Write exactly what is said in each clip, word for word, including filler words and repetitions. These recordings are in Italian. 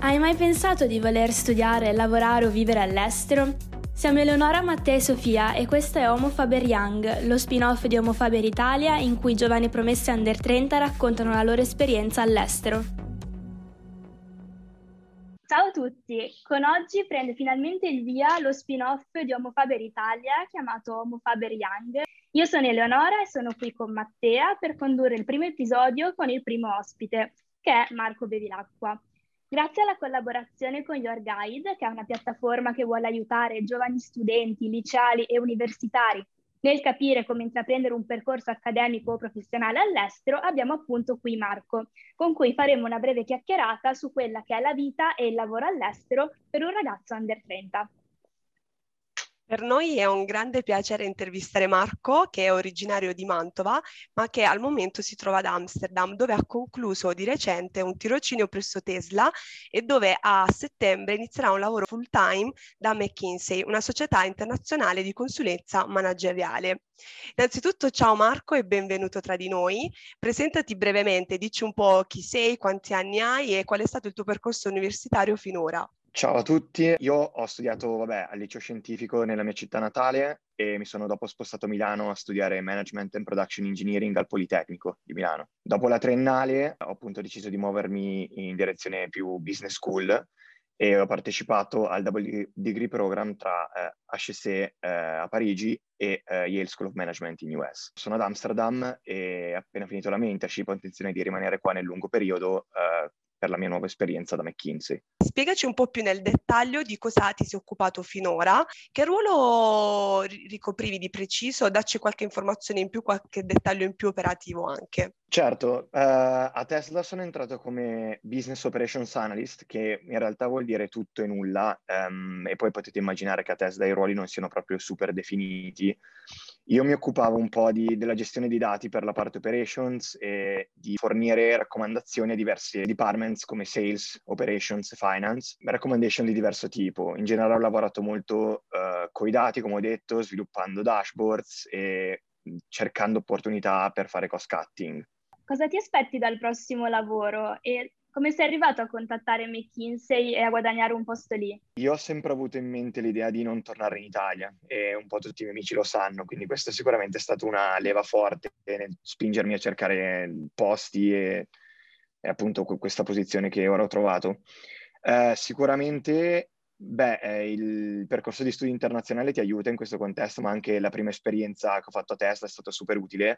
Hai mai pensato di voler studiare, lavorare o vivere all'estero? Siamo Eleonora, Mattea e Sofia e questo è Homo Faber Young, lo spin-off di Homo Faber Italia in cui giovani promesse under trenta raccontano la loro esperienza all'estero. Ciao a tutti, con oggi prende finalmente il via lo spin-off di Homo Faber Italia chiamato Homo Faber Young. Io sono Eleonora e sono qui con Mattea per condurre il primo episodio con il primo ospite, che è Marco Bevilacqua. Grazie alla collaborazione con Your Guide, che è una piattaforma che vuole aiutare giovani studenti, liceali e universitari nel capire come intraprendere un percorso accademico o professionale all'estero, abbiamo appunto qui Marco, con cui faremo una breve chiacchierata su quella che è la vita e il lavoro all'estero per un ragazzo under trenta. Per noi è un grande piacere intervistare Marco, che è originario di Mantova, ma che al momento si trova ad Amsterdam, dove ha concluso di recente un tirocinio presso Tesla e dove a settembre inizierà un lavoro full time da McKinsey, una società internazionale di consulenza manageriale. Innanzitutto ciao Marco e benvenuto tra di noi. Presentati brevemente, dici un po' chi sei, quanti anni hai e qual è stato il tuo percorso universitario finora. Ciao a tutti, io ho studiato vabbè, al liceo scientifico nella mia città natale e mi sono dopo spostato a Milano a studiare Management and Production Engineering al Politecnico di Milano. Dopo la triennale ho appunto deciso di muovermi in direzione più business school e ho partecipato al Double Degree Program tra eh, H E C eh, a Parigi e eh, Yale School of Management in U S. Sono ad Amsterdam e appena finito la mia internship ho intenzione di rimanere qua nel lungo periodo eh, per la mia nuova esperienza da McKinsey. Spiegaci un po' più nel dettaglio di cosa ti sei occupato finora, che ruolo ricoprivi di preciso, dacci qualche informazione in più, qualche dettaglio in più operativo anche. Certo, uh, a Tesla sono entrato come Business Operations Analyst, che in realtà vuol dire tutto e nulla, um, e poi potete immaginare che a Tesla i ruoli non siano proprio super definiti. Io mi occupavo un po' di, della gestione di dati per la parte operations e di fornire raccomandazioni a diversi departments come sales, operations e finance, recommendation di diverso tipo. In generale ho lavorato molto uh, con i dati, come ho detto, sviluppando dashboards e cercando opportunità per fare cost cutting. Cosa ti aspetti dal prossimo lavoro e come sei arrivato a contattare McKinsey e a guadagnare un posto lì? Io ho sempre avuto in mente l'idea di non tornare in Italia e un po' tutti i miei amici lo sanno, quindi questa è sicuramente stata una leva forte nel spingermi a cercare posti e, e appunto questa posizione che ora ho trovato. Uh, sicuramente beh, eh, il percorso di studi internazionale ti aiuta in questo contesto, ma anche la prima esperienza che ho fatto a Tesla è stata super utile.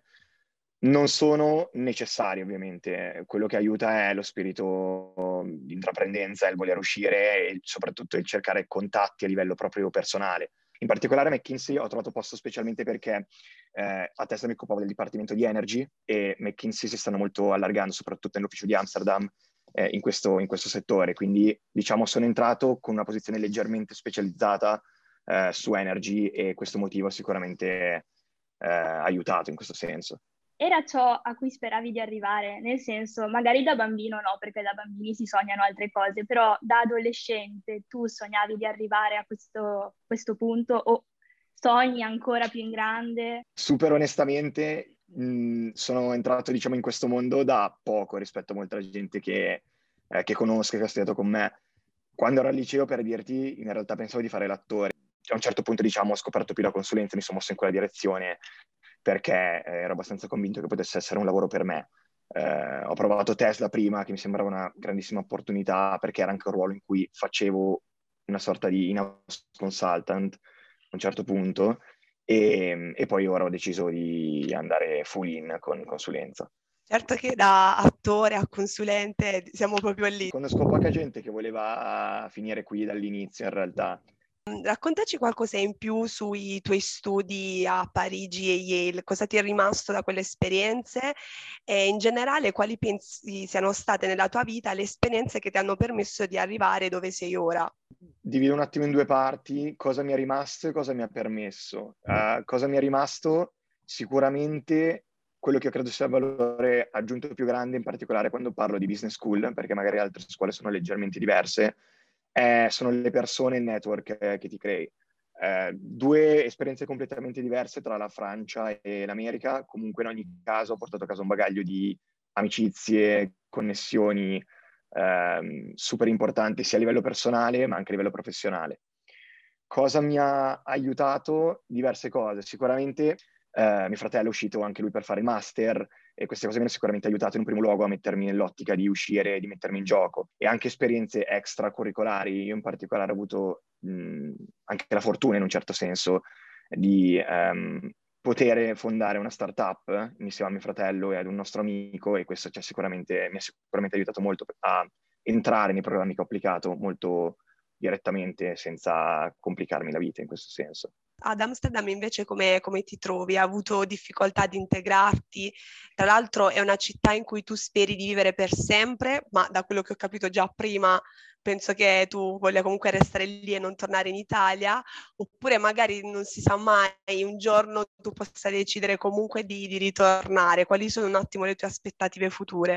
Non sono necessari, ovviamente. Quello che aiuta è lo spirito di intraprendenza, il voler uscire e soprattutto il cercare contatti a livello proprio personale. In particolare a McKinsey ho trovato posto specialmente perché eh, a Tesla mi occupavo del dipartimento di Energy e McKinsey si stanno molto allargando, soprattutto nell'ufficio di Amsterdam, eh, in, questo, in questo settore. Quindi, diciamo, sono entrato con una posizione leggermente specializzata eh, su Energy e questo motivo ha sicuramente eh, aiutato in questo senso. Era ciò a cui speravi di arrivare? Nel senso, magari da bambino no, perché da bambini si sognano altre cose, però da adolescente tu sognavi di arrivare a questo, questo punto o sogni ancora più in grande? Super onestamente mh, sono entrato diciamo in questo mondo da poco rispetto a molta gente che, eh, che conosco, che ha studiato con me. Quando ero al liceo, per dirti, in realtà pensavo di fare l'attore. A un certo punto diciamo ho scoperto più la consulenza, mi sono mosso in quella direzione perché ero abbastanza convinto che potesse essere un lavoro per me. Eh, ho provato Tesla prima, che mi sembrava una grandissima opportunità, perché era anche un ruolo in cui facevo una sorta di in-house consultant a un certo punto, e, e poi ora ho deciso di andare full in con consulenza. Certo che da attore a consulente siamo proprio lì. Conosco poca gente che voleva finire qui dall'inizio in realtà. Raccontaci qualcosa in più sui tuoi studi a Parigi e Yale, cosa ti è rimasto da quelle esperienze e in generale quali pensi siano state nella tua vita le esperienze che ti hanno permesso di arrivare dove sei ora? Divido un attimo in due parti, cosa mi è rimasto e cosa mi ha permesso. Uh, cosa mi è rimasto? Sicuramente quello che io credo sia il valore aggiunto più grande, in particolare quando parlo di business school, perché magari altre scuole sono leggermente diverse, Eh, sono le persone e il network eh, che ti crei. Eh, due esperienze completamente diverse tra la Francia e l'America, comunque in ogni caso ho portato a casa un bagaglio di amicizie, connessioni ehm, super importante sia a livello personale ma anche a livello professionale. Cosa mi ha aiutato? Diverse cose. Sicuramente eh, mio fratello è uscito anche lui per fare il master e queste cose mi hanno sicuramente aiutato in un primo luogo a mettermi nell'ottica di uscire, di mettermi in gioco, e anche esperienze extracurricolari. Io in particolare ho avuto mh, anche la fortuna in un certo senso di um, poter fondare una startup insieme a mio fratello e ad un nostro amico, e questo ci ha sicuramente, mi ha sicuramente aiutato molto a entrare nei programmi che ho applicato molto direttamente senza complicarmi la vita in questo senso. Ad Amsterdam invece come, come ti trovi? Hai avuto difficoltà ad integrarti? Tra l'altro è una città in cui tu speri di vivere per sempre, ma da quello che ho capito già prima penso che tu voglia comunque restare lì e non tornare in Italia, oppure magari non si sa mai, un giorno tu possa decidere comunque di, di ritornare. Quali sono un attimo le tue aspettative future?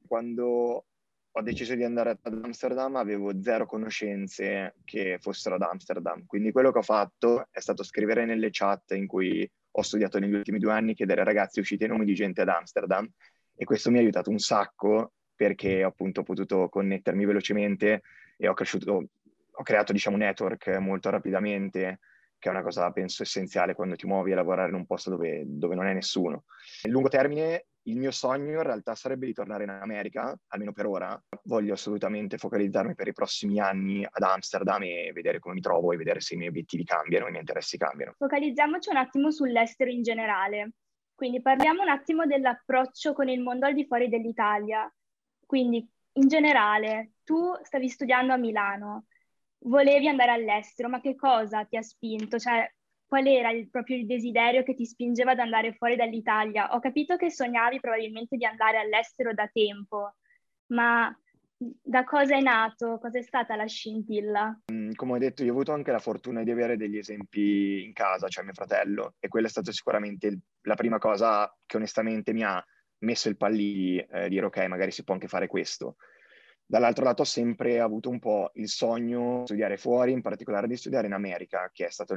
Quando ho deciso di andare ad Amsterdam avevo zero conoscenze che fossero ad Amsterdam, quindi quello che ho fatto è stato scrivere nelle chat in cui ho studiato negli ultimi due anni, chiedere ragazzi uscite i nomi di gente ad Amsterdam, e questo mi ha aiutato un sacco perché appunto ho potuto connettermi velocemente e ho cresciuto, ho creato diciamo un network molto rapidamente, che è una cosa penso essenziale quando ti muovi a lavorare in un posto dove, dove non è nessuno. Nel lungo termine il mio sogno in realtà sarebbe di tornare in America, almeno per ora. Voglio assolutamente focalizzarmi per i prossimi anni ad Amsterdam e vedere come mi trovo e vedere se i miei obiettivi cambiano, i miei interessi cambiano. Focalizziamoci un attimo sull'estero in generale. Quindi parliamo un attimo dell'approccio con il mondo al di fuori dell'Italia. Quindi in generale, tu stavi studiando a Milano, volevi andare all'estero, ma che cosa ti ha spinto? Cioè, qual era il, proprio il desiderio che ti spingeva ad andare fuori dall'Italia? Ho capito che sognavi probabilmente di andare all'estero da tempo, ma da cosa è nato? Cosa è stata la scintilla? Come ho detto, io ho avuto anche la fortuna di avere degli esempi in casa, cioè mio fratello, e quella è stata sicuramente la prima cosa che onestamente mi ha messo il pallì di eh, dire ok, magari si può anche fare questo. Dall'altro lato ho sempre avuto un po' il sogno di studiare fuori, in particolare di studiare in America, che è stata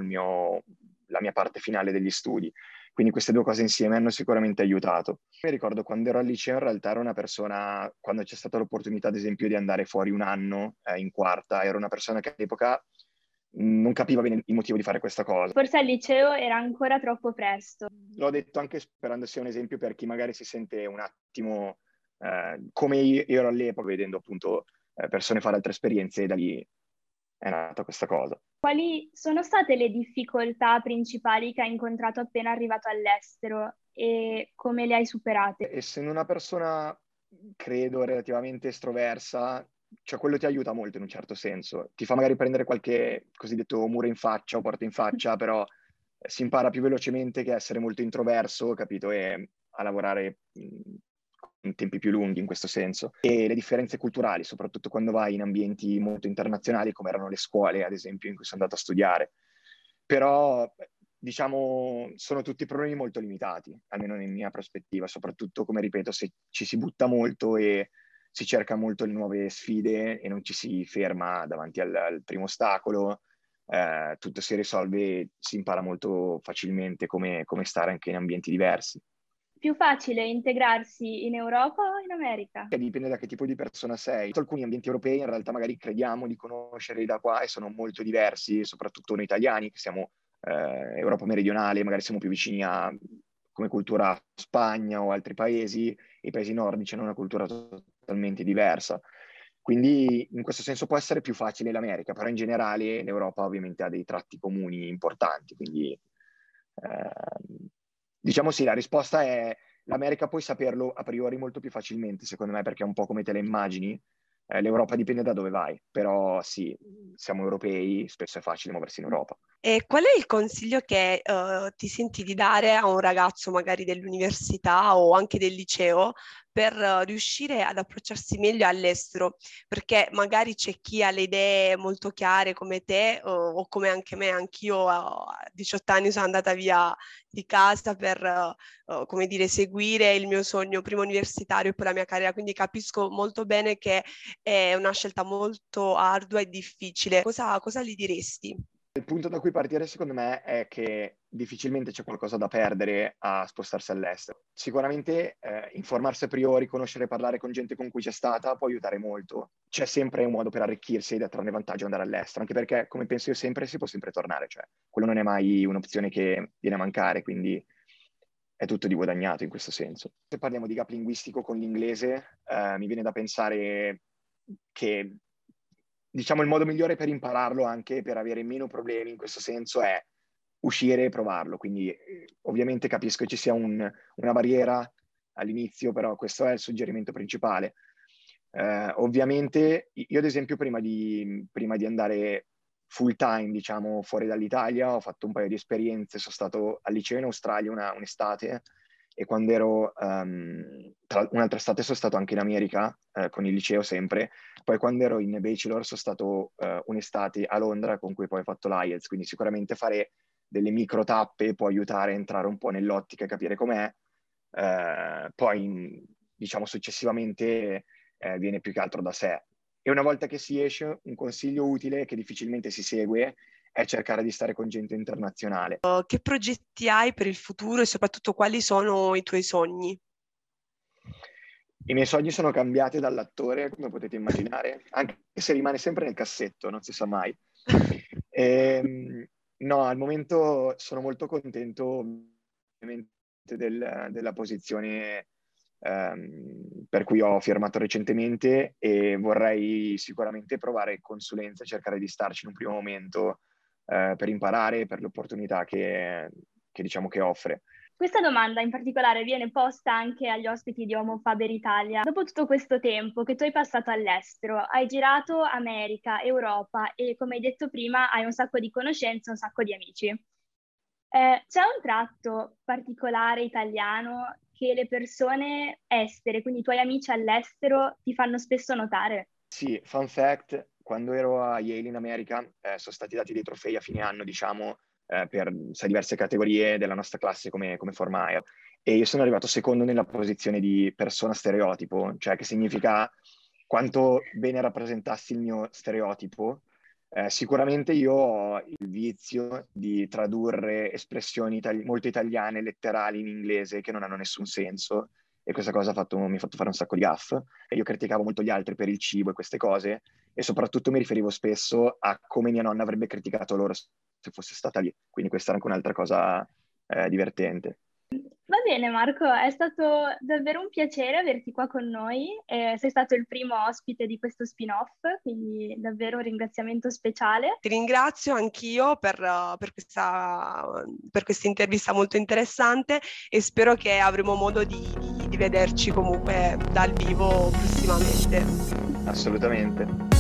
la mia parte finale degli studi. Quindi queste due cose insieme hanno sicuramente aiutato. Mi ricordo quando ero al liceo in realtà ero una persona, quando c'è stata l'opportunità ad esempio di andare fuori un anno eh, in quarta, ero una persona che all'epoca non capiva bene il motivo di fare questa cosa. Forse al liceo era ancora troppo presto. L'ho detto anche sperando sia un esempio per chi magari si sente un attimo eh, come io ero all'epoca, vedendo appunto eh, persone fare altre esperienze, e da lì è nata questa cosa. Quali sono state le difficoltà principali che hai incontrato appena arrivato all'estero e come le hai superate? Essendo una persona, credo, relativamente estroversa, cioè quello ti aiuta molto in un certo senso. Ti fa magari prendere qualche cosiddetto muro in faccia o porta in faccia, però si impara più velocemente che essere molto introverso, capito? E a lavorare in tempi più lunghi in questo senso. E le differenze culturali, soprattutto quando vai in ambienti molto internazionali, come erano le scuole, ad esempio, in cui sono andato a studiare. Però, diciamo, sono tutti problemi molto limitati, almeno nella mia prospettiva, soprattutto, come ripeto, se ci si butta molto e si cerca molto le nuove sfide e non ci si ferma davanti al, al primo ostacolo, eh, tutto si risolve e si impara molto facilmente come, come stare anche in ambienti diversi. Più facile integrarsi in Europa o in America? Dipende da che tipo di persona sei. Alcuni ambienti europei in realtà magari crediamo di conoscerli da qua e sono molto diversi, soprattutto noi italiani che siamo eh, Europa meridionale, magari siamo più vicini a, come cultura, a Spagna o altri paesi, e i paesi nordici hanno una cultura totalmente diversa. Quindi in questo senso può essere più facile l'America, però in generale l'Europa ovviamente ha dei tratti comuni importanti, quindi eh, diciamo sì, la risposta è l'America puoi saperlo a priori molto più facilmente, secondo me, perché è un po' come te la immagini. Eh, L'Europa dipende da dove vai, però sì, siamo europei, spesso è facile muoversi in Europa. E qual è il consiglio che uh, ti senti di dare a un ragazzo magari dell'università o anche del liceo per uh, riuscire ad approcciarsi meglio all'estero? Perché magari c'è chi ha le idee molto chiare come te uh, o come anche me, anch'io a diciotto anni sono andata via di casa per, uh, uh, come dire, seguire il mio sogno prima universitario e poi la mia carriera, quindi capisco molto bene che è una scelta molto ardua e difficile. Cosa, cosa gli diresti? Il punto da cui partire secondo me è che difficilmente c'è qualcosa da perdere a spostarsi all'estero. Sicuramente eh, informarsi a priori, conoscere e parlare con gente con cui c'è stata può aiutare molto. C'è sempre un modo per arricchirsi ed è trarne vantaggio andare all'estero, anche perché, come penso io sempre, si può sempre tornare, cioè quello non è mai un'opzione che viene a mancare, quindi è tutto di guadagnato in questo senso. Se parliamo di gap linguistico con l'inglese, eh, mi viene da pensare che diciamo il modo migliore per impararlo, anche per avere meno problemi in questo senso, è uscire e provarlo. Quindi eh, ovviamente capisco che ci sia un, una barriera all'inizio, però questo è il suggerimento principale. Eh, ovviamente io ad esempio prima di, prima di andare full time, diciamo, fuori dall'Italia, ho fatto un paio di esperienze, sono stato al liceo in Australia una, un'estate, e quando ero, um, tra un'altra estate sono stato anche in America, eh, con il liceo sempre, poi quando ero in bachelor sono stato uh, un'estate a Londra, con cui poi ho fatto l'I E L T S, quindi sicuramente fare delle micro tappe può aiutare a entrare un po' nell'ottica e capire com'è, uh, poi diciamo successivamente eh, viene più che altro da sé. E una volta che si esce, un consiglio utile che difficilmente si segue è cercare di stare con gente internazionale. Uh, che progetti hai per il futuro e soprattutto quali sono i tuoi sogni? I miei sogni sono cambiati dall'attore, come potete immaginare, anche se rimane sempre nel cassetto, non si sa mai. E, no, al momento sono molto contento del, della posizione um, per cui ho firmato recentemente, e vorrei sicuramente provare consulenza, cercare di starci in un primo momento uh, per imparare, per l'opportunità che, che diciamo che offre. Questa domanda in particolare viene posta anche agli ospiti di Homo Faber Italia. Dopo tutto questo tempo che tu hai passato all'estero, hai girato America, Europa e, come hai detto prima, hai un sacco di conoscenze, un sacco di amici. Eh, c'è un tratto particolare italiano che le persone estere, quindi i tuoi amici all'estero, ti fanno spesso notare? Sì, fun fact, quando ero a Yale in America eh, sono stati dati dei trofei a fine anno, diciamo, Eh, per sai, diverse categorie della nostra classe come, come formaio, e io sono arrivato secondo nella posizione di persona stereotipo, cioè che significa quanto bene rappresentassi il mio stereotipo. Eh, sicuramente io ho il vizio di tradurre espressioni itali- molto italiane, letterali in inglese, che non hanno nessun senso, e questa cosa ha fatto, mi ha fatto fare un sacco di gaff. E io criticavo molto gli altri per il cibo e queste cose, e soprattutto mi riferivo spesso a come mia nonna avrebbe criticato loro se fosse stata lì. Quindi questa è anche un'altra cosa eh, divertente. Va bene Marco, è stato davvero un piacere averti qua con noi. Eh, sei stato il primo ospite di questo spin-off, quindi davvero un ringraziamento speciale. Ti ringrazio anch'io per, uh, per questa per questa intervista molto interessante, e spero che avremo modo di, di, di vederci comunque dal vivo prossimamente. Assolutamente.